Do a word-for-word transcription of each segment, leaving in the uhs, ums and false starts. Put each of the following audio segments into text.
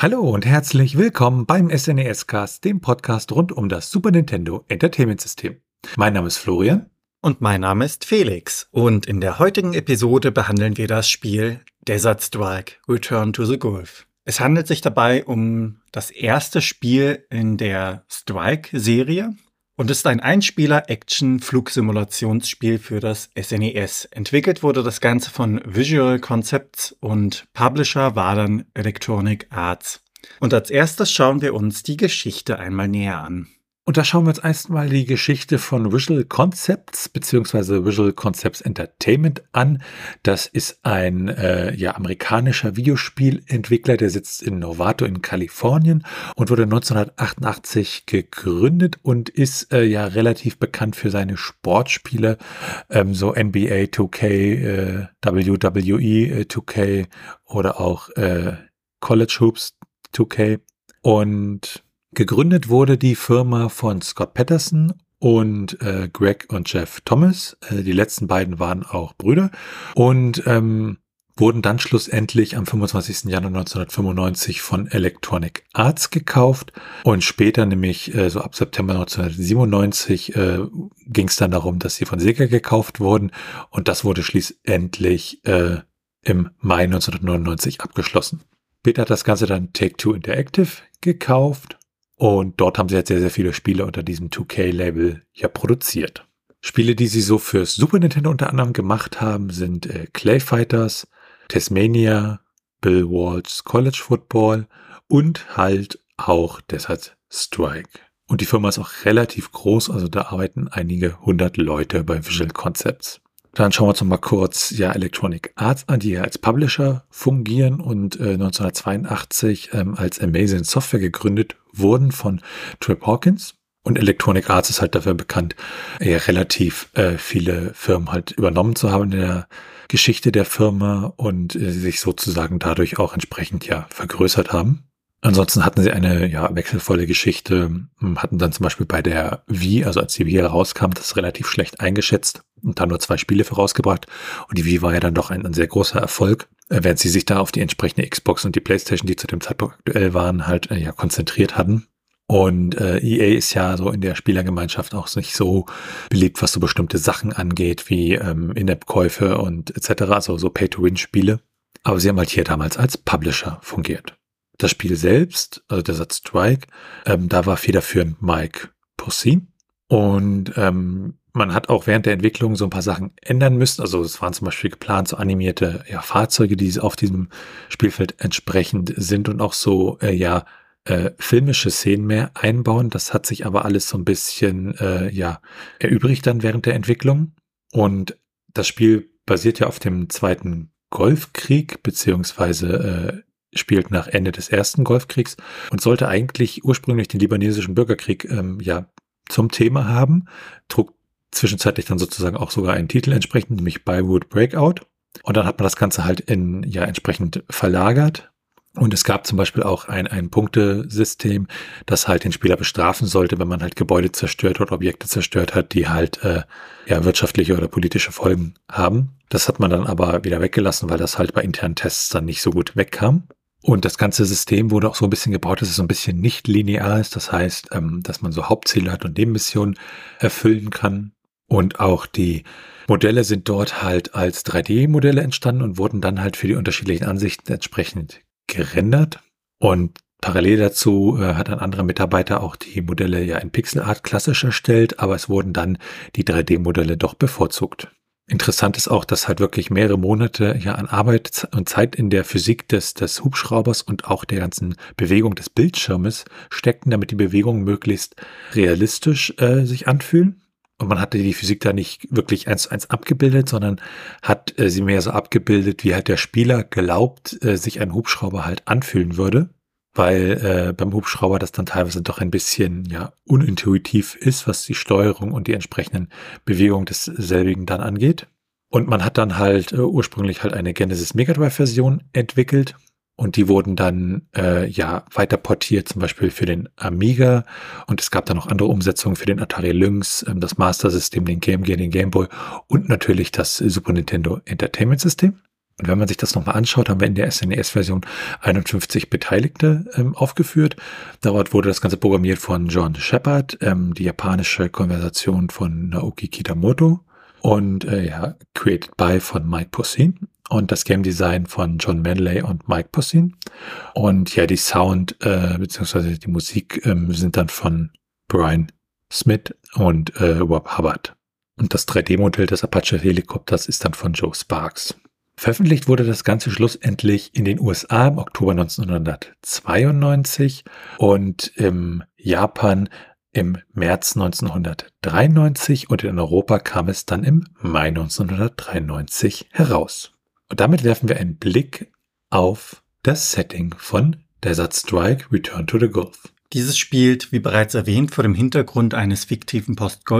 Hallo und herzlich willkommen beim S N E S-Cast, dem Podcast rund um das Super Nintendo Entertainment System. Mein Name ist Florian. Und mein Name ist Felix. Und in der heutigen Episode behandeln wir das Spiel Desert Strike: Return to the Gulf. Es handelt sich dabei um das erste Spiel in der Strike-Serie und ist ein Einspieler-Action-Flugsimulationsspiel für das S N E S. Entwickelt wurde das Ganze von Visual Concepts und Publisher war dann Electronic Arts. Und als erstes schauen wir uns die Geschichte einmal näher an. Und da schauen wir uns erstmal die Geschichte von Visual Concepts bzw. Visual Concepts Entertainment an. Das ist ein äh, ja, amerikanischer Videospielentwickler, der sitzt in Novato in Kalifornien und wurde neunzehnhundertachtundachtzig gegründet und ist äh, ja relativ bekannt für seine Sportspiele, ähm, so N B A zwei K, äh, W W E zwei K oder auch äh, College Hoops zwei K. Und gegründet wurde die Firma von Scott Patterson und äh, Greg und Jeff Thomas. Äh, die letzten beiden waren auch Brüder und ähm, wurden dann schlussendlich am fünfundzwanzigsten Januar neunzehnhundertfünfundneunzig von Electronic Arts gekauft. Und später, nämlich äh, so ab September neunzehnhundertsiebenundneunzig, äh, ging es dann darum, dass sie von Sega gekauft wurden. Und das wurde schließlich äh, im Mai neunzehnhundertneunundneunzig abgeschlossen. Später hat das Ganze dann Take-Two Interactive gekauft. Und dort haben sie jetzt sehr, sehr viele Spiele unter diesem zwei K-Label ja produziert. Spiele, die sie so fürs Super Nintendo unter anderem gemacht haben, sind äh, Clay Fighters, Tasmania, Bill Walsh College Football und halt auch Desert Strike. Und die Firma ist auch relativ groß, also da arbeiten einige hundert Leute bei Visual Concepts. Dann schauen wir uns noch mal kurz ja, Electronic Arts an, die ja als Publisher fungieren und äh, neunzehnhundertzweiundachtzig ähm, als Amazing Software gegründet wurden von Trip Hawkins. Und Electronic Arts ist halt dafür bekannt, ja, relativ äh, viele Firmen halt übernommen zu haben in der Geschichte der Firma und äh, sich sozusagen dadurch auch entsprechend ja vergrößert haben. Ansonsten hatten sie eine ja wechselvolle Geschichte, hatten dann zum Beispiel bei der Wii, also als die Wii herauskam, das relativ schlecht eingeschätzt und dann nur zwei Spiele vorausgebracht. Und die Wii war ja dann doch ein, ein sehr großer Erfolg, während sie sich da auf die entsprechende Xbox und die PlayStation, die zu dem Zeitpunkt aktuell waren, halt äh, ja konzentriert hatten. Und äh, E A ist ja so in der Spielergemeinschaft auch nicht so beliebt, was so bestimmte Sachen angeht, wie ähm, In-App-Käufe und et cetera, also so Pay-to-Win-Spiele. Aber sie haben halt hier damals als Publisher fungiert. Das Spiel selbst, also Desert Strike, ähm, da war federführend Mike Posey. Und ähm, man hat auch während der Entwicklung so ein paar Sachen ändern müssen. Also es waren zum Beispiel geplant so animierte ja, Fahrzeuge, die auf diesem Spielfeld entsprechend sind und auch so äh, ja äh, filmische Szenen mehr einbauen. Das hat sich aber alles so ein bisschen äh, ja erübrigt dann während der Entwicklung. Und das Spiel basiert ja auf dem Zweiten Golfkrieg, beziehungsweise äh, spielt nach Ende des Ersten Golfkriegs und sollte eigentlich ursprünglich den libanesischen Bürgerkrieg ähm, ja zum Thema haben, trug zwischenzeitlich dann sozusagen auch sogar einen Titel entsprechend, nämlich Beirut Breakout. Und dann hat man das Ganze halt in ja entsprechend verlagert. Und es gab zum Beispiel auch ein, ein Punktesystem, das halt den Spieler bestrafen sollte, wenn man halt Gebäude zerstört oder Objekte zerstört hat, die halt äh, ja wirtschaftliche oder politische Folgen haben. Das hat man dann aber wieder weggelassen, weil das halt bei internen Tests dann nicht so gut wegkam. Und das ganze System wurde auch so ein bisschen gebaut, dass es so ein bisschen nicht linear ist. Das heißt, ähm, dass man so Hauptziele hat und Nebenmissionen erfüllen kann. Und auch die Modelle sind dort halt als drei D-Modelle entstanden und wurden dann halt für die unterschiedlichen Ansichten entsprechend gerendert. Und parallel dazu äh, hat ein anderer Mitarbeiter auch die Modelle ja in Pixelart klassisch erstellt, aber es wurden dann die drei D-Modelle doch bevorzugt. Interessant ist auch, dass halt wirklich mehrere Monate ja an Arbeit und Zeit in der Physik des, des Hubschraubers und auch der ganzen Bewegung des Bildschirmes steckten, damit die Bewegungen möglichst realistisch äh, sich anfühlen. Und man hatte die Physik da nicht wirklich eins zu eins abgebildet, sondern hat äh, sie mehr so abgebildet, wie halt der Spieler glaubt, äh, sich ein Hubschrauber halt anfühlen würde. Weil äh, beim Hubschrauber das dann teilweise doch ein bisschen ja unintuitiv ist, was die Steuerung und die entsprechenden Bewegungen desselbigen dann angeht. Und man hat dann halt äh, ursprünglich halt eine Genesis Mega Drive Version entwickelt und die wurden dann äh, ja weiter portiert, zum Beispiel für den Amiga, und es gab dann noch andere Umsetzungen für den Atari Lynx, ähm, das Master System, den Game Gear, den Game Boy und natürlich das Super Nintendo Entertainment System. Und wenn man sich das nochmal anschaut, haben wir in der S N E S-Version einundfünfzig Beteiligte ähm, aufgeführt. Dort wurde das Ganze programmiert von John Shepard, ähm, die japanische Konversation von Naoki Kitamoto und äh, ja, Created by von Mike Possin und das Game Design von John Manley und Mike Possin. Und ja, die Sound äh, bzw. die Musik ähm, sind dann von Brian Smith und äh, Rob Hubbard. Und das drei D-Modell des Apache-Helikopters ist dann von Joe Sparks. Veröffentlicht wurde das Ganze schlussendlich in den U S A im Oktober neunzehnhundertzweiundneunzig und in Japan im März neunzehnhundertdreiundneunzig und in Europa kam es dann im Mai neunzehnhundertdreiundneunzig heraus. Und damit werfen wir einen Blick auf das Setting von Desert Strike Return to the Gulf. Dieses spielt, wie bereits erwähnt, vor dem Hintergrund eines fiktiven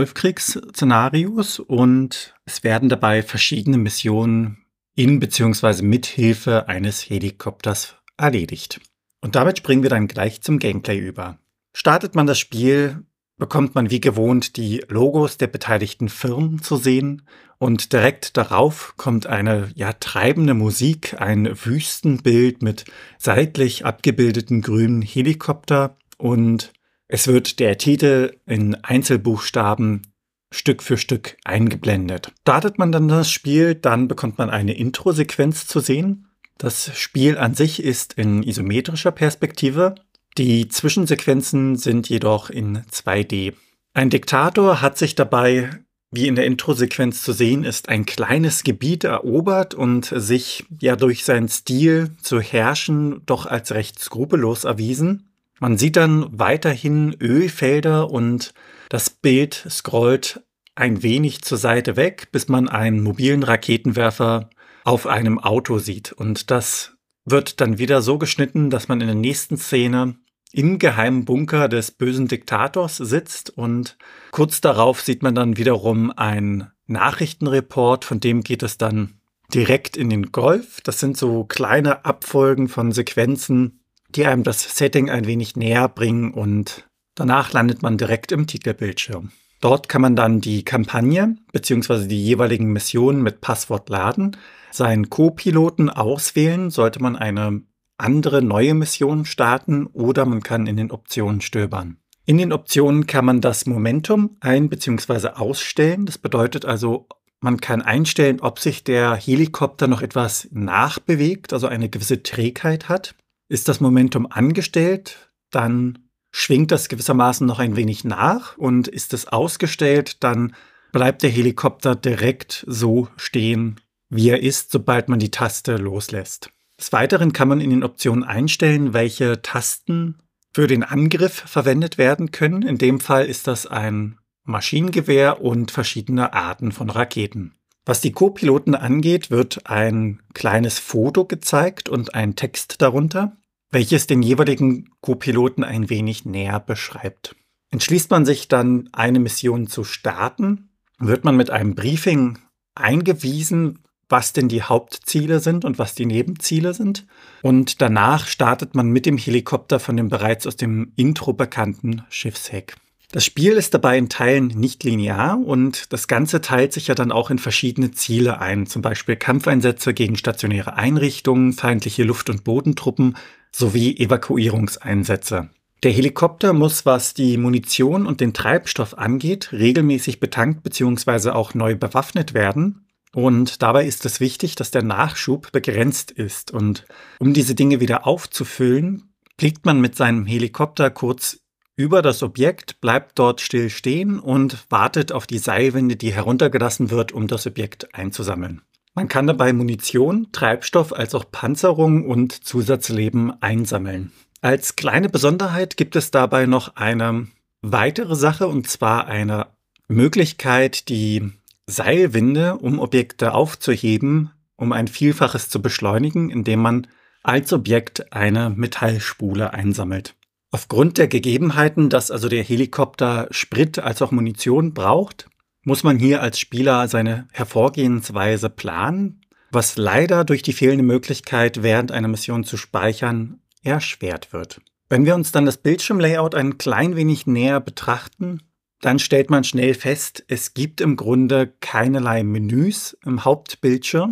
Post-Golfkriegs-Szenarios und es werden dabei verschiedene Missionen in bzw. mit Hilfe eines Helikopters erledigt. Und damit springen wir dann gleich zum Gameplay über. Startet man das Spiel, bekommt man wie gewohnt die Logos der beteiligten Firmen zu sehen und direkt darauf kommt eine ja treibende Musik, ein Wüstenbild mit seitlich abgebildeten grünen Helikopter und es wird der Titel in Einzelbuchstaben Stück für Stück eingeblendet. Startet man dann das Spiel, dann bekommt man eine Intro-Sequenz zu sehen. Das Spiel an sich ist in isometrischer Perspektive. Die Zwischensequenzen sind jedoch in zwei D. Ein Diktator hat sich dabei, wie in der Intro-Sequenz zu sehen ist, ein kleines Gebiet erobert und sich ja durch seinen Stil zu herrschen doch als recht skrupellos erwiesen. Man sieht dann weiterhin Ölfelder und das Bild scrollt ein wenig zur Seite weg, bis man einen mobilen Raketenwerfer auf einem Auto sieht. Und das wird dann wieder so geschnitten, dass man in der nächsten Szene im geheimen Bunker des bösen Diktators sitzt. Und kurz darauf sieht man dann wiederum einen Nachrichtenreport, von dem geht es dann direkt in den Golf. Das sind so kleine Abfolgen von Sequenzen, die einem das Setting ein wenig näher bringen und danach landet man direkt im Titelbildschirm. Dort kann man dann die Kampagne bzw. die jeweiligen Missionen mit Passwort laden, seinen Co-Piloten auswählen, sollte man eine andere neue Mission starten oder man kann in den Optionen stöbern. In den Optionen kann man das Momentum ein- bzw. ausstellen. Das bedeutet also, man kann einstellen, ob sich der Helikopter noch etwas nachbewegt, also eine gewisse Trägheit hat. Ist das Momentum angestellt, dann schwingt das gewissermaßen noch ein wenig nach und ist es ausgestellt, dann bleibt der Helikopter direkt so stehen, wie er ist, sobald man die Taste loslässt. Des Weiteren kann man in den Optionen einstellen, welche Tasten für den Angriff verwendet werden können. In dem Fall ist das ein Maschinengewehr und verschiedene Arten von Raketen. Was die Co-Piloten angeht, wird ein kleines Foto gezeigt und ein Text darunter, welches den jeweiligen Co-Piloten ein wenig näher beschreibt. Entschließt man sich dann, eine Mission zu starten, wird man mit einem Briefing eingewiesen, was denn die Hauptziele sind und was die Nebenziele sind. Und danach startet man mit dem Helikopter von dem bereits aus dem Intro bekannten Schiffsheck. Das Spiel ist dabei in Teilen nicht linear und das Ganze teilt sich ja dann auch in verschiedene Ziele ein, zum Beispiel Kampfeinsätze gegen stationäre Einrichtungen, feindliche Luft- und Bodentruppen sowie Evakuierungseinsätze. Der Helikopter muss, was die Munition und den Treibstoff angeht, regelmäßig betankt bzw. auch neu bewaffnet werden. Und dabei ist es wichtig, dass der Nachschub begrenzt ist. Und um diese Dinge wieder aufzufüllen, fliegt man mit seinem Helikopter kurz über das Objekt, bleibt dort still stehen und wartet auf die Seilwinde, die heruntergelassen wird, um das Objekt einzusammeln. Man kann dabei Munition, Treibstoff als auch Panzerung und Zusatzleben einsammeln. Als kleine Besonderheit gibt es dabei noch eine weitere Sache, und zwar eine Möglichkeit, die Seilwinde, um Objekte aufzuheben, um ein Vielfaches zu beschleunigen, indem man als Objekt eine Metallspule einsammelt. Aufgrund der Gegebenheiten, dass also der Helikopter Sprit als auch Munition braucht, muss man hier als Spieler seine Hervorgehensweise planen, was leider durch die fehlende Möglichkeit, während einer Mission zu speichern, erschwert wird. Wenn wir uns dann das Bildschirmlayout ein klein wenig näher betrachten, dann stellt man schnell fest, es gibt im Grunde keinerlei Menüs im Hauptbildschirm.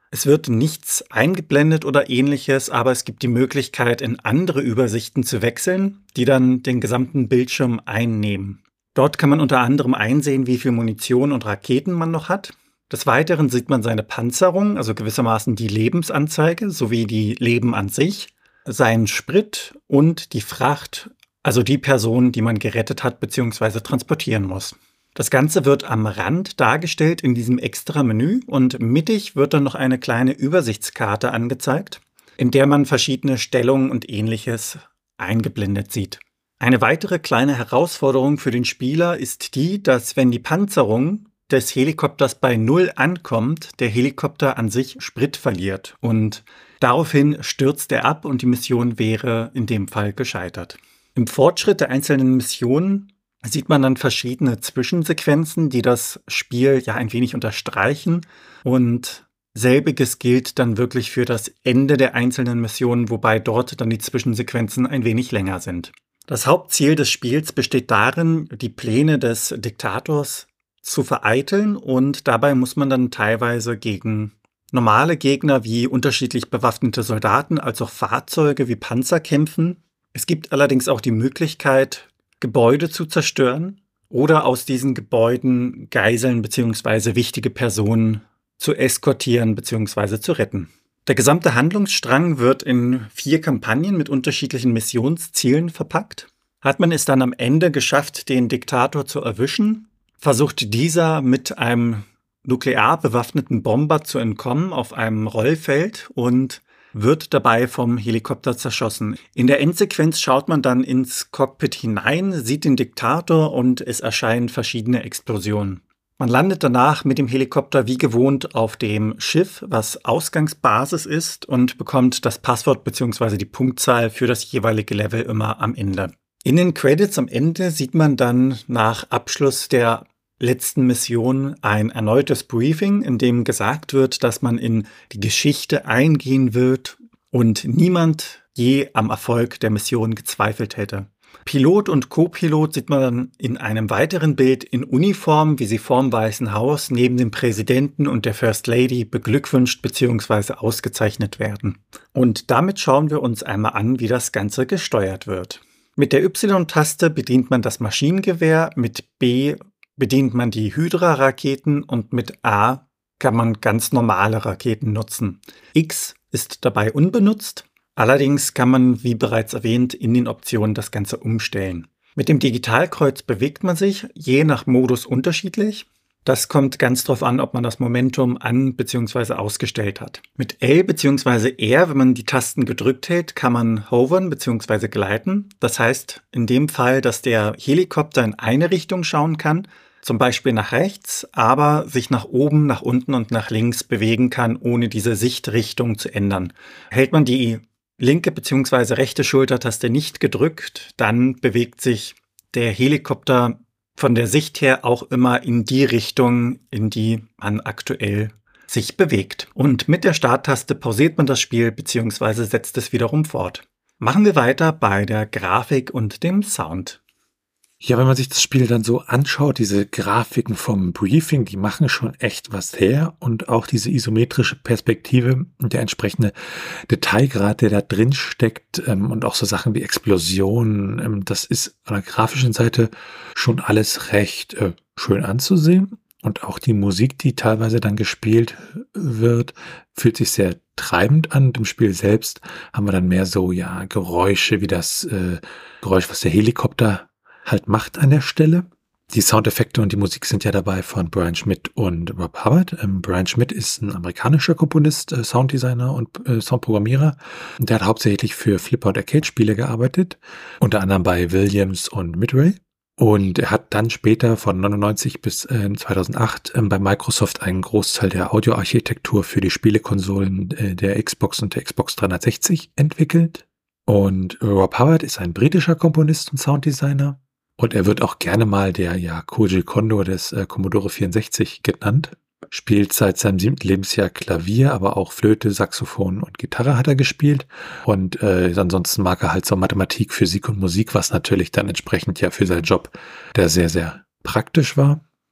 Es wird nichts eingeblendet oder ähnliches, aber es gibt die Möglichkeit, in andere Übersichten zu wechseln, die dann den gesamten Bildschirm einnehmen. Dort kann man unter anderem einsehen, wie viel Munition und Raketen man noch hat. Des Weiteren sieht man seine Panzerung, also gewissermaßen die Lebensanzeige sowie die Leben an sich, seinen Sprit und die Fracht, also die Person, die man gerettet hat bzw. transportieren muss. Das Ganze wird am Rand dargestellt in diesem extra Menü und mittig wird dann noch eine kleine Übersichtskarte angezeigt, in der man verschiedene Stellungen und ähnliches eingeblendet sieht. Eine weitere kleine Herausforderung für den Spieler ist die, dass wenn die Panzerung des Helikopters bei Null ankommt, der Helikopter an sich Sprit verliert und daraufhin stürzt er ab und die Mission wäre in dem Fall gescheitert. Im Fortschritt der einzelnen Missionen sieht man dann verschiedene Zwischensequenzen, die das Spiel ja ein wenig unterstreichen und selbiges gilt dann wirklich für das Ende der einzelnen Missionen, wobei dort dann die Zwischensequenzen ein wenig länger sind. Das Hauptziel des Spiels besteht darin, die Pläne des Diktators zu vereiteln und dabei muss man dann teilweise gegen normale Gegner wie unterschiedlich bewaffnete Soldaten als auch Fahrzeuge wie Panzer kämpfen. Es gibt allerdings auch die Möglichkeit, Gebäude zu zerstören oder aus diesen Gebäuden Geiseln bzw. wichtige Personen zu eskortieren bzw. zu retten. Der gesamte Handlungsstrang wird in vier Kampagnen mit unterschiedlichen Missionszielen verpackt. Hat man es dann am Ende geschafft, den Diktator zu erwischen, versucht dieser mit einem nuklear bewaffneten Bomber zu entkommen auf einem Rollfeld und wird dabei vom Helikopter zerschossen. In der Endsequenz schaut man dann ins Cockpit hinein, sieht den Diktator und es erscheinen verschiedene Explosionen. Man landet danach mit dem Helikopter wie gewohnt auf dem Schiff, was Ausgangsbasis ist, und bekommt das Passwort bzw. die Punktzahl für das jeweilige Level immer am Ende. In den Credits am Ende sieht man dann nach Abschluss der letzten Mission ein erneutes Briefing, in dem gesagt wird, dass man in die Geschichte eingehen wird und niemand je am Erfolg der Mission gezweifelt hätte. Pilot und Co-Pilot sieht man dann in einem weiteren Bild in Uniform, wie sie vorm Weißen Haus neben dem Präsidenten und der First Lady beglückwünscht bzw. ausgezeichnet werden. Und damit schauen wir uns einmal an, wie das Ganze gesteuert wird. Mit der Y-Taste bedient man das Maschinengewehr, mit B bedient man die Hydra-Raketen und mit A kann man ganz normale Raketen nutzen. X ist dabei unbenutzt. Allerdings kann man, wie bereits erwähnt, in den Optionen das Ganze umstellen. Mit dem Digitalkreuz bewegt man sich je nach Modus unterschiedlich. Das kommt ganz drauf an, ob man das Momentum an- bzw. ausgestellt hat. Mit L bzw. R, wenn man die Tasten gedrückt hält, kann man hovern bzw. gleiten. Das heißt in dem Fall, dass der Helikopter in eine Richtung schauen kann, zum Beispiel nach rechts, aber sich nach oben, nach unten und nach links bewegen kann, ohne diese Sichtrichtung zu ändern. Hält man die linke bzw. rechte Schultertaste nicht gedrückt, dann bewegt sich der Helikopter von der Sicht her auch immer in die Richtung, in die man aktuell sich bewegt. Und mit der Starttaste pausiert man das Spiel bzw. setzt es wiederum fort. Machen wir weiter bei der Grafik und dem Sound. Ja, wenn man sich das Spiel dann so anschaut, diese Grafiken vom Briefing, die machen schon echt was her, und auch diese isometrische Perspektive und der entsprechende Detailgrad, der da drin steckt, ähm, und auch so Sachen wie Explosionen, ähm, das ist an der grafischen Seite schon alles recht äh, schön anzusehen, und auch die Musik, die teilweise dann gespielt wird, fühlt sich sehr treibend an. Und im Spiel selbst haben wir dann mehr so, ja, Geräusche wie das äh, Geräusch, was der Helikopter halt macht an der Stelle. Die Soundeffekte und die Musik sind ja dabei von Brian Schmidt und Rob Hubbard. Ähm, Brian Schmidt ist ein amerikanischer Komponist, äh, Sounddesigner und äh, Soundprogrammierer. Der hat hauptsächlich für Flipper und Arcade-Spiele gearbeitet, unter anderem bei Williams und Midway. Und er hat dann später von neunundneunzig bis äh, zweitausendacht äh, bei Microsoft einen Großteil der Audioarchitektur für die Spielekonsolen äh, der Xbox und der Xbox dreihundertsechzig entwickelt. Und Rob Hubbard ist ein britischer Komponist und Sounddesigner. Und er wird auch gerne mal der ja Koji Kondo des äh, Commodore vierundsechzig genannt. Spielt seit seinem siebten Lebensjahr Klavier, aber auch Flöte, Saxophon und Gitarre hat er gespielt. Und äh, ansonsten mag er halt so Mathematik, Physik und Musik, was natürlich dann entsprechend ja für seinen Job der sehr, sehr praktisch war.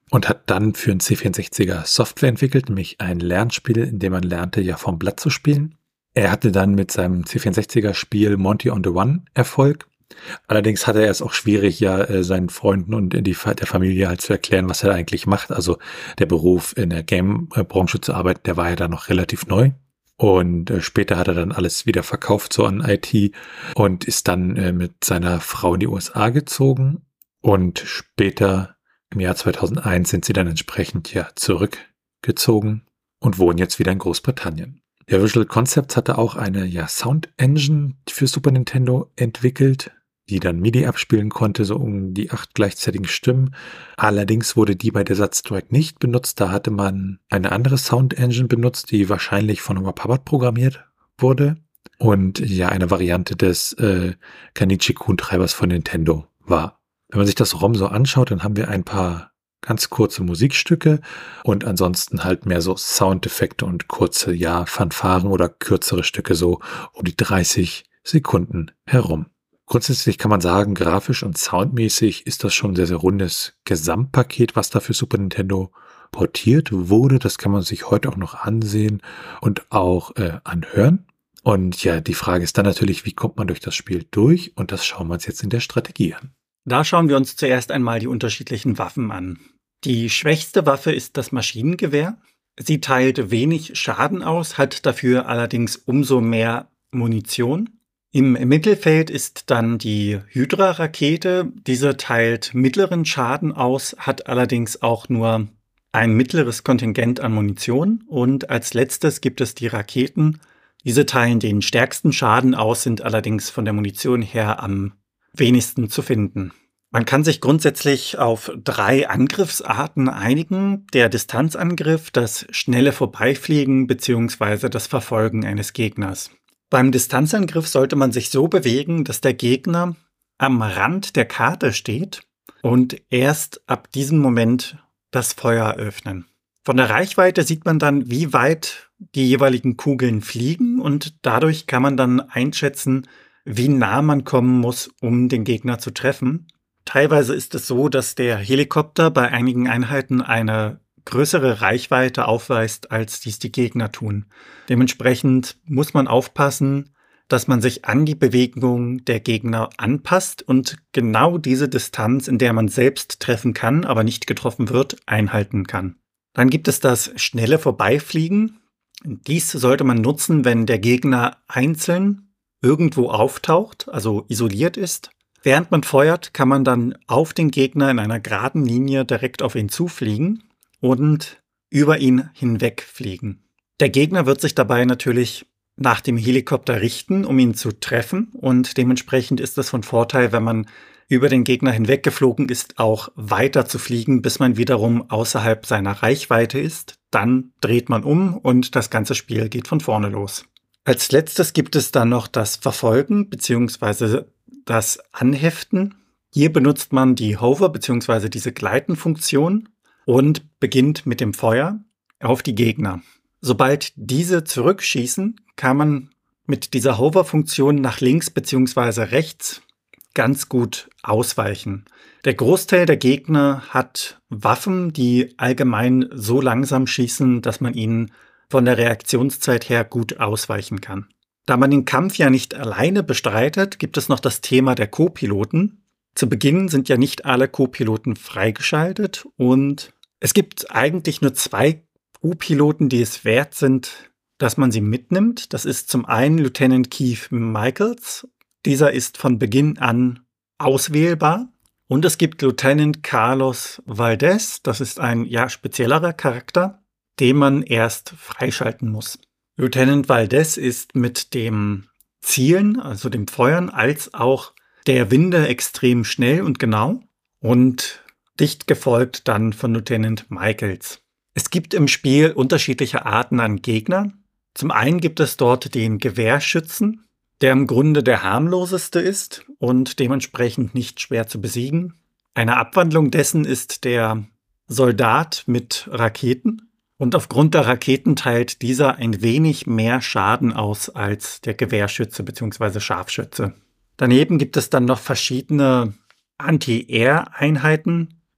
und hat dann für einen C vierundsechziger Software entwickelt, nämlich ein Lernspiel, in dem man lernte, ja vom Blatt zu spielen. Er hatte dann mit seinem C vierundsechziger Spiel Monty on the One Erfolg. Allerdings hatte er es auch schwierig, ja äh, seinen Freunden und in die, der Familie halt zu erklären, was er eigentlich macht. Also der Beruf in der Game-Branche zu arbeiten, der war ja dann noch relativ neu. Und äh, später hat er dann alles wieder verkauft so an I T und ist dann äh, mit seiner Frau in die U S A gezogen. Und später im Jahr zweitausendeins sind sie dann entsprechend ja zurückgezogen und wohnen jetzt wieder in Großbritannien. Der Visual Concepts hatte auch eine ja, Sound Engine für Super Nintendo entwickelt, die dann MIDI abspielen konnte, so um die acht gleichzeitigen Stimmen. Allerdings wurde die bei Desert Strike nicht benutzt. Da hatte man eine andere Sound Engine benutzt, die wahrscheinlich von Wapabot programmiert wurde und ja eine Variante des äh, Kanichi-Kun-Treibers von Nintendo war. Wenn man sich das ROM so anschaut, dann haben wir ein paar ganz kurze Musikstücke und ansonsten halt mehr so Soundeffekte und kurze, ja, Fanfaren oder kürzere Stücke so um die dreißig Sekunden herum. Grundsätzlich kann man sagen, grafisch und soundmäßig ist das schon ein sehr, sehr rundes Gesamtpaket, was da für Super Nintendo portiert wurde. Das kann man sich heute auch noch ansehen und auch äh, anhören. Und ja, die Frage ist dann natürlich, wie kommt man durch das Spiel durch? Und das schauen wir uns jetzt in der Strategie an. Da schauen wir uns zuerst einmal die unterschiedlichen Waffen an. Die schwächste Waffe ist das Maschinengewehr. Sie teilt wenig Schaden aus, hat dafür allerdings umso mehr Munition. Im Mittelfeld ist dann die Hydra-Rakete. Diese teilt mittleren Schaden aus, hat allerdings auch nur ein mittleres Kontingent an Munition. Und als letztes gibt es die Raketen. Diese teilen den stärksten Schaden aus, sind allerdings von der Munition her am wenigsten zu finden. Man kann sich grundsätzlich auf drei Angriffsarten einigen. Der Distanzangriff, das schnelle Vorbeifliegen bzw. das Verfolgen eines Gegners. Beim Distanzangriff sollte man sich so bewegen, dass der Gegner am Rand der Karte steht und erst ab diesem Moment das Feuer öffnen. Von der Reichweite sieht man dann, wie weit die jeweiligen Kugeln fliegen und dadurch kann man dann einschätzen, wie nah man kommen muss, um den Gegner zu treffen. Teilweise ist es so, dass der Helikopter bei einigen Einheiten eine größere Reichweite aufweist, als dies die Gegner tun. Dementsprechend muss man aufpassen, dass man sich an die Bewegung der Gegner anpasst und genau diese Distanz, in der man selbst treffen kann, aber nicht getroffen wird, einhalten kann. Dann gibt es das schnelle Vorbeifliegen. Dies sollte man nutzen, wenn der Gegner einzeln irgendwo auftaucht, also isoliert ist. Während man feuert, kann man dann auf den Gegner in einer geraden Linie direkt auf ihn zufliegen und über ihn hinwegfliegen. Der Gegner wird sich dabei natürlich nach dem Helikopter richten, um ihn zu treffen und dementsprechend ist es von Vorteil, wenn man über den Gegner hinweggeflogen ist, auch weiter zu fliegen, bis man wiederum außerhalb seiner Reichweite ist. Dann dreht man um und das ganze Spiel geht von vorne los. Als letztes gibt es dann noch das Verfolgen bzw. das Anheften. Hier benutzt man die Hover bzw. diese Gleitenfunktion und beginnt mit dem Feuer auf die Gegner. Sobald diese zurückschießen, kann man mit dieser Hover-Funktion nach links bzw. rechts ganz gut ausweichen. Der Großteil der Gegner hat Waffen, die allgemein so langsam schießen, dass man ihnen von der Reaktionszeit her gut ausweichen kann. Da man den Kampf ja nicht alleine bestreitet, gibt es noch das Thema der Co-Piloten. Zu Beginn sind ja nicht alle Co-Piloten freigeschaltet und es gibt eigentlich nur zwei Co-Piloten, die es wert sind, dass man sie mitnimmt. Das ist zum einen Lieutenant Keith Michaels. Dieser ist von Beginn an auswählbar. Und es gibt Lieutenant Carlos Valdez. Das ist ein ja speziellerer Charakter, den man erst freischalten muss. Lieutenant Valdez ist mit dem Zielen, also dem Feuern, als auch der Winde extrem schnell und genau und dicht gefolgt dann von Lieutenant Michaels. Es gibt im Spiel unterschiedliche Arten an Gegnern. Zum einen gibt es dort den Gewehrschützen, der im Grunde der harmloseste ist und dementsprechend nicht schwer zu besiegen. Eine Abwandlung dessen ist der Soldat mit Raketen. Und aufgrund der Raketen teilt dieser ein wenig mehr Schaden aus als der Gewehrschütze bzw. Scharfschütze. Daneben gibt es dann noch verschiedene Anti-Air-Einheiten,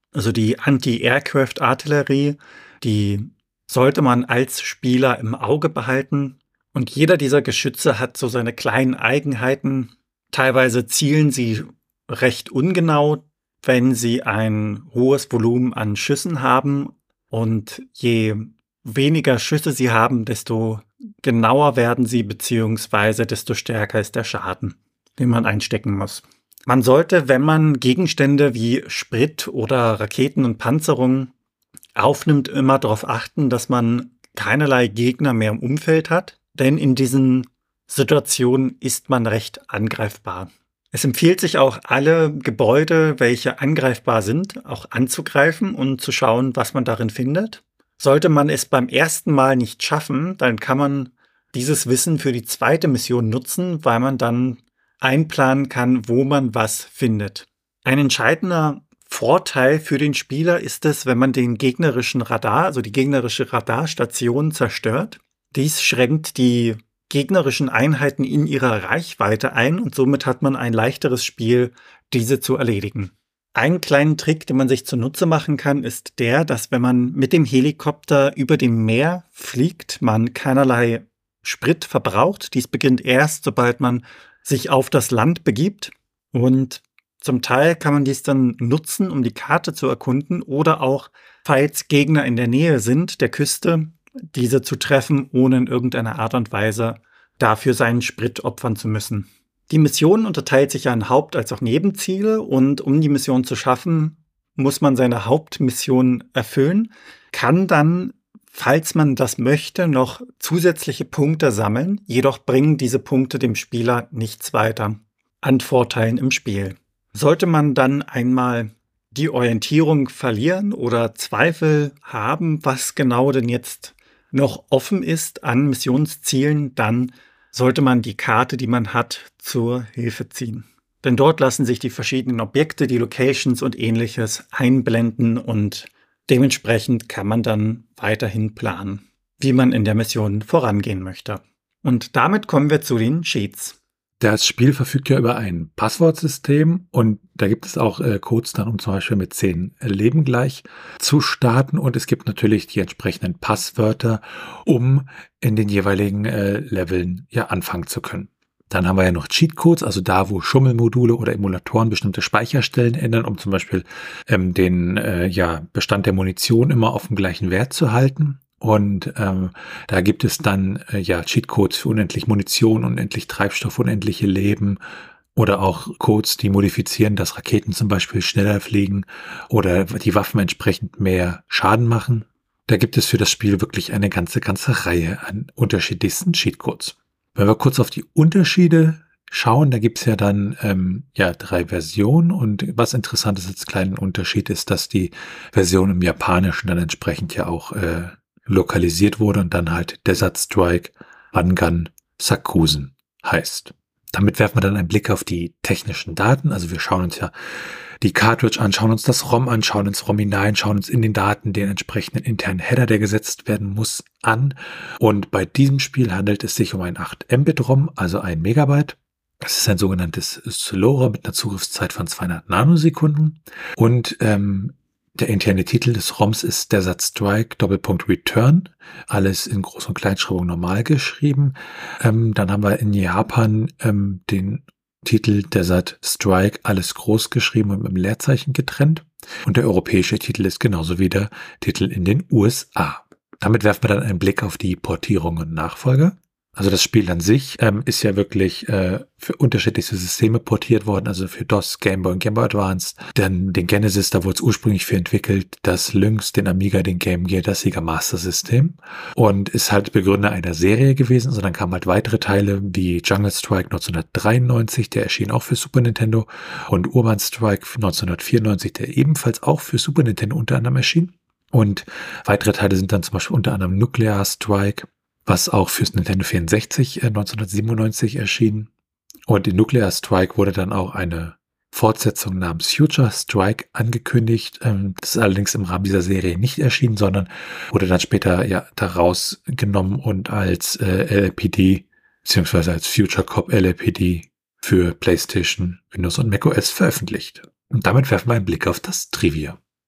also die Anti-Aircraft-Artillerie, die sollte man als Spieler im Auge behalten. Und jeder dieser Geschütze hat so seine kleinen Eigenheiten. Teilweise zielen sie recht ungenau, wenn sie ein hohes Volumen an Schüssen haben. Und je weniger Schüsse sie haben, desto genauer werden sie, beziehungsweise desto stärker ist der Schaden, den man einstecken muss. Man sollte, wenn man Gegenstände wie Sprit oder Raketen und Panzerung aufnimmt, immer darauf achten, dass man keinerlei Gegner mehr im Umfeld hat, denn in diesen Situationen ist man recht angreifbar. Es empfiehlt sich auch, alle Gebäude, welche angreifbar sind, auch anzugreifen und zu schauen, was man darin findet. Sollte man es beim ersten Mal nicht schaffen, dann kann man dieses Wissen für die zweite Mission nutzen, weil man dann einplanen kann, wo man was findet. Ein entscheidender Vorteil für den Spieler ist es, wenn man den gegnerischen Radar, also die gegnerische Radarstation zerstört. Dies schränkt die gegnerischen Einheiten in ihrer Reichweite ein und somit hat man ein leichteres Spiel, diese zu erledigen. Einen kleinen Trick, den man sich zunutze machen kann, ist der, dass wenn man mit dem Helikopter über dem Meer fliegt, man keinerlei Sprit verbraucht. Dies beginnt erst, sobald man sich auf das Land begibt, und zum Teil kann man dies dann nutzen, um die Karte zu erkunden oder auch, falls Gegner in der Nähe sind, der Küste, diese zu treffen, ohne in irgendeiner Art und Weise dafür seinen Sprit opfern zu müssen. Die Mission unterteilt sich ja in Haupt- als auch Nebenziele, und um die Mission zu schaffen, muss man seine Hauptmission erfüllen, kann dann, falls man das möchte, noch zusätzliche Punkte sammeln, jedoch bringen diese Punkte dem Spieler nichts weiter an Vorteilen im Spiel. Sollte man dann einmal die Orientierung verlieren oder Zweifel haben, was genau denn jetzt noch offen ist an Missionszielen, dann sollte man die Karte, die man hat, zur Hilfe ziehen. Denn dort lassen sich die verschiedenen Objekte, die Locations und ähnliches einblenden, und dementsprechend kann man dann weiterhin planen, wie man in der Mission vorangehen möchte. Und damit kommen wir zu den Cheats. Das Spiel verfügt ja über ein Passwortsystem, und da gibt es auch äh, Codes dann, um zum Beispiel mit zehn Leben gleich zu starten, und es gibt natürlich die entsprechenden Passwörter, um in den jeweiligen äh, Leveln ja anfangen zu können. Dann haben wir ja noch Cheatcodes, also da, wo Schummelmodule oder Emulatoren bestimmte Speicherstellen ändern, um zum Beispiel ähm, den äh, ja, Bestand der Munition immer auf dem gleichen Wert zu halten. Und ähm, da gibt es dann äh, ja Cheatcodes für unendlich Munition, unendlich Treibstoff, unendliche Leben, oder auch Codes, die modifizieren, dass Raketen zum Beispiel schneller fliegen oder die Waffen entsprechend mehr Schaden machen. Da gibt es für das Spiel wirklich eine ganze, ganze Reihe an unterschiedlichsten Cheatcodes. Wenn wir kurz auf die Unterschiede schauen, da gibt's ja dann ähm, ja drei Versionen, und was interessant ist als kleinen Unterschied ist, dass die Version im Japanischen dann entsprechend ja auch äh, lokalisiert wurde und dann halt Desert Strike Wangan Sakusen heißt. Damit werfen wir dann einen Blick auf die technischen Daten. Also wir schauen uns ja die Cartridge an, schauen uns das ROM an, schauen ins ROM hinein, schauen uns in den Daten den entsprechenden internen Header, der gesetzt werden muss, an. Und bei diesem Spiel handelt es sich um ein acht Mbit ROM, also ein Megabyte. Das ist ein sogenanntes Slowrohr mit einer Zugriffszeit von zweihundert Nanosekunden. Und ähm, der interne Titel des ROMs ist Desert Strike Doppelpunkt Return. Alles in Groß- und Kleinschreibung normal geschrieben. Ähm, dann haben wir in Japan ähm, den Titel Desert Strike, alles groß geschrieben und mit einem Leerzeichen getrennt. Und der europäische Titel ist genauso wie der Titel in den U S A. Damit werfen wir dann einen Blick auf die Portierung und Nachfolger. Also das Spiel an sich ähm, ist ja wirklich äh, für unterschiedlichste Systeme portiert worden, also für DOS, Game Boy und Game Boy Advance, dann den Genesis, da wurde es ursprünglich für entwickelt, das Lynx, den Amiga, den Game Gear, das Sega Master System, und ist halt Begründer einer Serie gewesen. So, dann kamen halt weitere Teile wie Jungle Strike neunzehnhundertdreiundneunzig, der erschien auch für Super Nintendo, und Urban Strike neunzehnhundertvierundneunzig, der ebenfalls auch für Super Nintendo unter anderem erschien. Und weitere Teile sind dann zum Beispiel unter anderem Nuclear Strike, was auch fürs Nintendo vierundsechzig äh, neunzehnhundertsiebenundneunzig erschien. Und in Nuclear Strike wurde dann auch eine Fortsetzung namens Future Strike angekündigt. Ähm, das ist allerdings im Rahmen dieser Serie nicht erschienen, sondern wurde dann später ja daraus genommen und als äh, L L P D beziehungsweise als Future Cop L L P D für PlayStation, Windows und macOS veröffentlicht. Und damit werfen wir einen Blick auf das Trivia.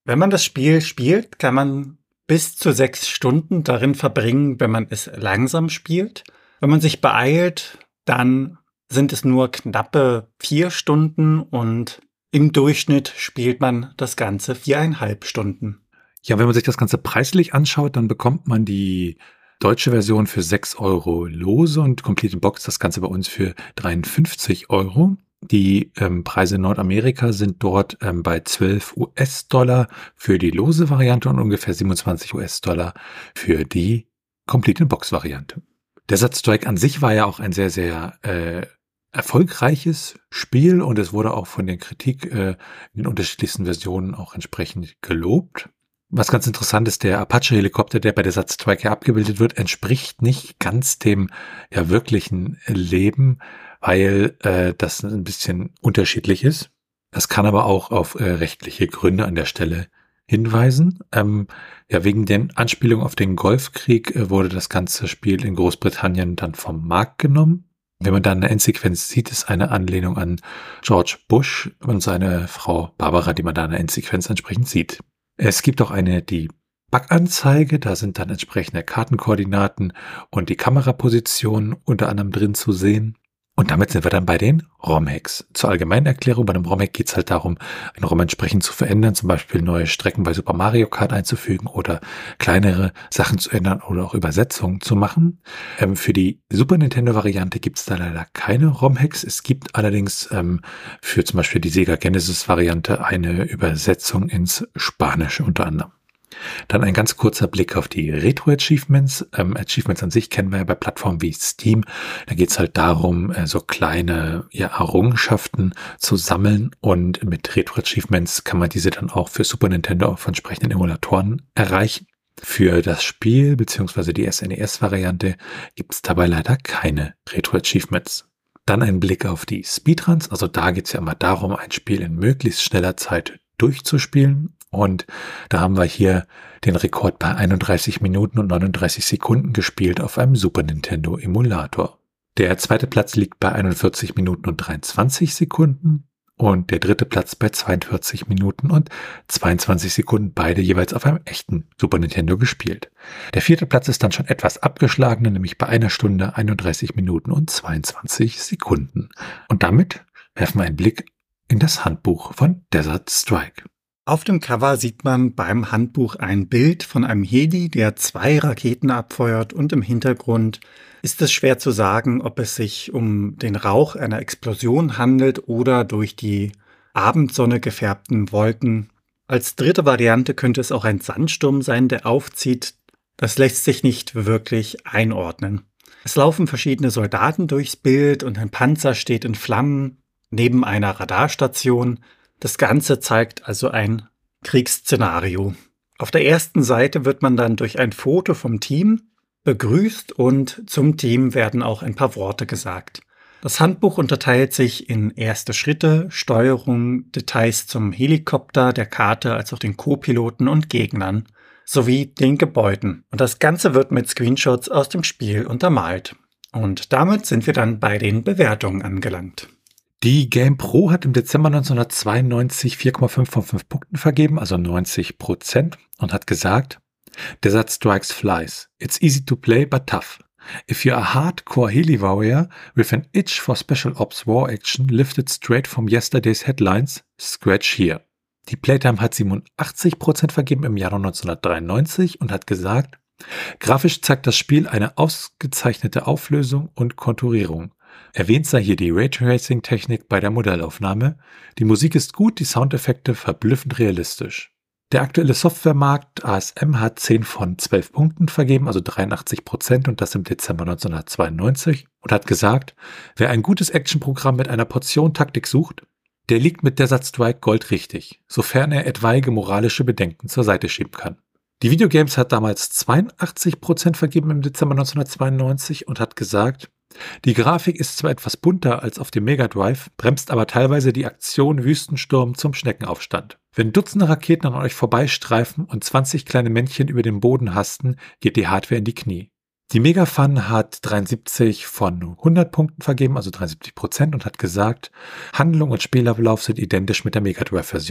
Wenn man das Spiel spielt, kann man bis zu sechs Stunden darin verbringen, wenn man es langsam spielt. Wenn man sich beeilt, dann sind es nur knappe vier Stunden und im Durchschnitt spielt man das Ganze viereinhalb Stunden. Ja, wenn man sich das Ganze preislich anschaut, dann bekommt man die deutsche Version für sechs Euro lose und Complete Box das Ganze bei uns für dreiundfünfzig Euro. Die ähm, Preise in Nordamerika sind dort ähm, bei zwölf US-Dollar für die lose Variante und ungefähr siebenundzwanzig US-Dollar für die Complete Box Variante. Desert Strike an sich war ja auch ein sehr, sehr äh, erfolgreiches Spiel und es wurde auch von der Kritik äh, in den unterschiedlichsten Versionen auch entsprechend gelobt. Was ganz interessant ist, der Apache-Helikopter, der bei Desert Strike abgebildet wird, entspricht nicht ganz dem ja wirklichen Leben, weil äh, das ein bisschen unterschiedlich ist. Das kann aber auch auf äh, rechtliche Gründe an der Stelle hinweisen. Ähm, ja, wegen den Anspielungen auf den Golfkrieg äh, wurde das ganze Spiel in Großbritannien dann vom Markt genommen. Wenn man dann eine Endsequenz sieht, ist eine Anlehnung an George Bush und seine Frau Barbara, die man da in der Endsequenz entsprechend sieht. Es gibt auch eine, die Bug-Anzeige, da sind dann entsprechende Kartenkoordinaten und die Kameraposition unter anderem drin zu sehen. Und damit sind wir dann bei den ROM-Hacks. Zur allgemeinen Erklärung, bei einem ROM-Hack geht es halt darum, ein ROM entsprechend zu verändern, zum Beispiel neue Strecken bei Super Mario Kart einzufügen oder kleinere Sachen zu ändern oder auch Übersetzungen zu machen. Ähm, für die Super Nintendo-Variante gibt es da leider keine ROM-Hacks. Es gibt allerdings ähm, für zum Beispiel die Sega Genesis-Variante eine Übersetzung ins Spanische unter anderem. Dann ein ganz kurzer Blick auf die Retro-Achievements. Ähm, Achievements an sich kennen wir ja bei Plattformen wie Steam. Da geht es halt darum, äh, so kleine ja, Errungenschaften zu sammeln und mit Retro-Achievements kann man diese dann auch für Super Nintendo auf entsprechenden Emulatoren erreichen. Für das Spiel bzw. die S N E S-Variante gibt es dabei leider keine Retro-Achievements. Dann ein Blick auf die Speedruns. Also da geht es ja immer darum, ein Spiel in möglichst schneller Zeit durchzuspielen. Und da haben wir hier den Rekord bei einunddreißig Minuten und neununddreißig Sekunden gespielt auf einem Super Nintendo Emulator. Der zweite Platz liegt bei einundvierzig Minuten und dreiundzwanzig Sekunden und der dritte Platz bei zweiundvierzig Minuten und zweiundzwanzig Sekunden, beide jeweils auf einem echten Super Nintendo gespielt. Der vierte Platz ist dann schon etwas abgeschlagener, nämlich bei einer Stunde, einunddreißig Minuten und zweiundzwanzig Sekunden. Und damit werfen wir einen Blick in das Handbuch von Desert Strike. Auf dem Cover sieht man beim Handbuch ein Bild von einem Heli, der zwei Raketen abfeuert und im Hintergrund ist es schwer zu sagen, ob es sich um den Rauch einer Explosion handelt oder durch die Abendsonne gefärbten Wolken. Als dritte Variante könnte es auch ein Sandsturm sein, der aufzieht. Das lässt sich nicht wirklich einordnen. Es laufen verschiedene Soldaten durchs Bild und ein Panzer steht in Flammen neben einer Radarstation. Das Ganze zeigt also ein Kriegsszenario. Auf der ersten Seite wird man dann durch ein Foto vom Team begrüßt und zum Team werden auch ein paar Worte gesagt. Das Handbuch unterteilt sich in erste Schritte, Steuerung, Details zum Helikopter, der Karte als auch den Co-Piloten und Gegnern sowie den Gebäuden. Und das Ganze wird mit Screenshots aus dem Spiel untermalt. Und damit sind wir dann bei den Bewertungen angelangt. Die GamePro hat im Dezember neunzehnhundertzweiundneunzig vier Komma fünf von fünf Punkten vergeben, also neunzig Prozent, und hat gesagt, Desert Strikes flies. It's easy to play, but tough. If you're a hardcore heli warrior with an itch for special ops war action lifted straight from yesterday's headlines, scratch here. Die Playtime hat siebenundachtzig Prozent vergeben im Jahr neunzehnhundertdreiundneunzig und hat gesagt, grafisch zeigt das Spiel eine ausgezeichnete Auflösung und Konturierung. Erwähnt sei hier die Raytracing-Technik bei der Modellaufnahme. Die Musik ist gut, die Soundeffekte verblüffend realistisch. Der aktuelle Softwaremarkt A S M hat zehn von zwölf Punkten vergeben, also dreiundachtzig Prozent und das im Dezember neunzehnhundertzweiundneunzig und hat gesagt, wer ein gutes Actionprogramm mit einer Portion Taktik sucht, der liegt mit Desert Strike Gold richtig, sofern er etwaige moralische Bedenken zur Seite schieben kann. Die Videogames hat damals zweiundachtzig Prozent vergeben im Dezember neunzehnhundertzweiundneunzig und hat gesagt, die Grafik ist zwar etwas bunter als auf dem Mega Drive, bremst aber teilweise die Aktion Wüstensturm zum Schneckenaufstand. Wenn Dutzende Raketen an euch vorbeistreifen und zwanzig kleine Männchen über den Boden hasten, geht die Hardware in die Knie. Die Mega Fun hat dreiundsiebzig von hundert Punkten vergeben, also dreiundsiebzig Prozent, und hat gesagt, Handlung und Spielablauf sind identisch mit der Mega Drive Version.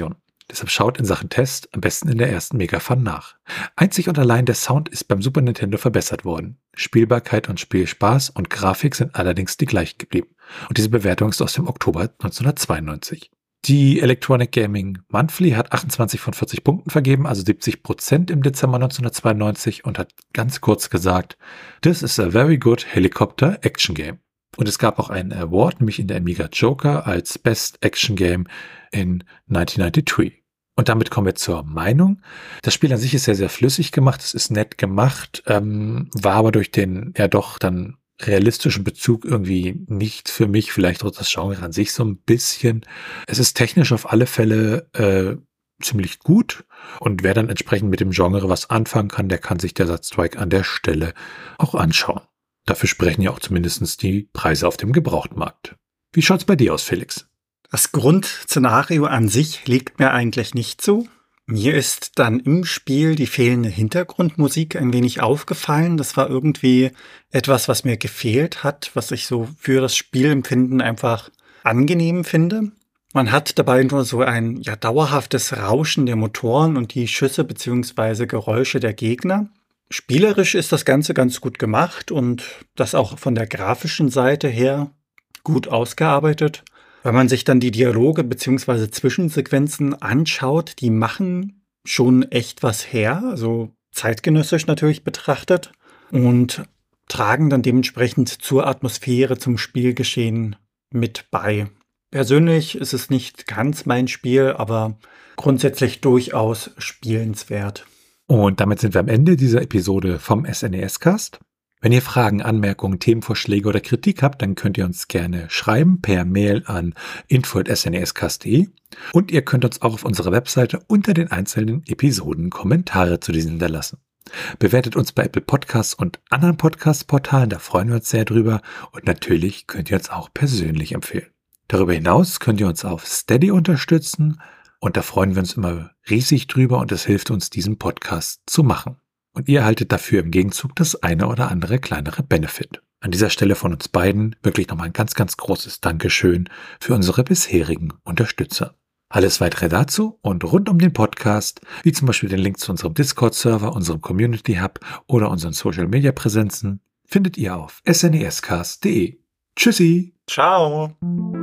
Deshalb schaut in Sachen Test am besten in der ersten Mega-Fun nach. Einzig und allein der Sound ist beim Super Nintendo verbessert worden. Spielbarkeit und Spielspaß und Grafik sind allerdings die gleichen geblieben. Und diese Bewertung ist aus dem Oktober neunzehnhundertzweiundneunzig. Die Electronic Gaming Monthly hat achtundzwanzig von vierzig Punkten vergeben, also siebzig Prozent im Dezember neunzehnhundertzweiundneunzig und hat ganz kurz gesagt, "This is a very good helicopter action game." Und es gab auch einen Award, nämlich in der Amiga Joker als Best Action Game in neunzehnhundertneunundneunzig. Und damit kommen wir zur Meinung. Das Spiel an sich ist sehr, sehr flüssig gemacht. Es ist nett gemacht, ähm, war aber durch den ja doch dann realistischen Bezug irgendwie nicht für mich, vielleicht auch das Genre an sich so ein bisschen. Es ist technisch auf alle Fälle äh, ziemlich gut und wer dann entsprechend mit dem Genre was anfangen kann, der kann sich Desert Strike an der Stelle auch anschauen. Dafür sprechen ja auch zumindest die Preise auf dem Gebrauchtmarkt. Wie schaut's bei dir aus, Felix? Das Grundszenario an sich liegt mir eigentlich nicht so. Mir ist dann im Spiel die fehlende Hintergrundmusik ein wenig aufgefallen. Das war irgendwie etwas, was mir gefehlt hat, was ich so für das Spielempfinden einfach angenehm finde. Man hat dabei nur so ein ja dauerhaftes Rauschen der Motoren und die Schüsse bzw. Geräusche der Gegner. Spielerisch ist das Ganze ganz gut gemacht und das auch von der grafischen Seite her gut ausgearbeitet. Wenn man sich dann die Dialoge bzw. Zwischensequenzen anschaut, die machen schon echt was her, also zeitgenössisch natürlich betrachtet und tragen dann dementsprechend zur Atmosphäre, zum Spielgeschehen mit bei. Persönlich ist es nicht ganz mein Spiel, aber grundsätzlich durchaus spielenswert. Und damit sind wir am Ende dieser Episode vom S N E S-Cast. Wenn ihr Fragen, Anmerkungen, Themenvorschläge oder Kritik habt, dann könnt ihr uns gerne schreiben per Mail an info at s n e s cast punkt d e und ihr könnt uns auch auf unserer Webseite unter den einzelnen Episoden Kommentare zu diesen hinterlassen. Bewertet uns bei Apple Podcasts und anderen Podcast-Portalen, da freuen wir uns sehr drüber und natürlich könnt ihr uns auch persönlich empfehlen. Darüber hinaus könnt ihr uns auf Steady unterstützen und da freuen wir uns immer riesig drüber und es hilft uns, diesen Podcast zu machen. Und ihr erhaltet dafür im Gegenzug das eine oder andere kleinere Benefit. An dieser Stelle von uns beiden wirklich nochmal ein ganz, ganz großes Dankeschön für unsere bisherigen Unterstützer. Alles weitere dazu und rund um den Podcast, wie zum Beispiel den Link zu unserem Discord-Server, unserem Community Hub oder unseren Social-Media-Präsenzen, findet ihr auf s n e s cast punkt d e. Tschüssi! Ciao!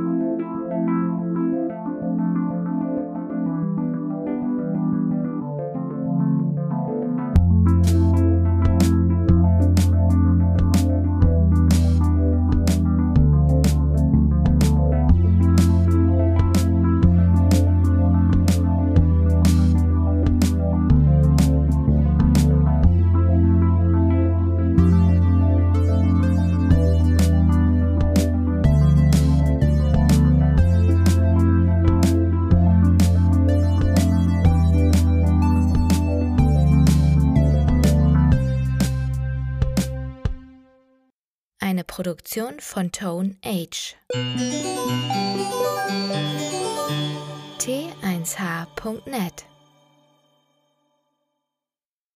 Eine Produktion von Tone Age. T eins H punkt net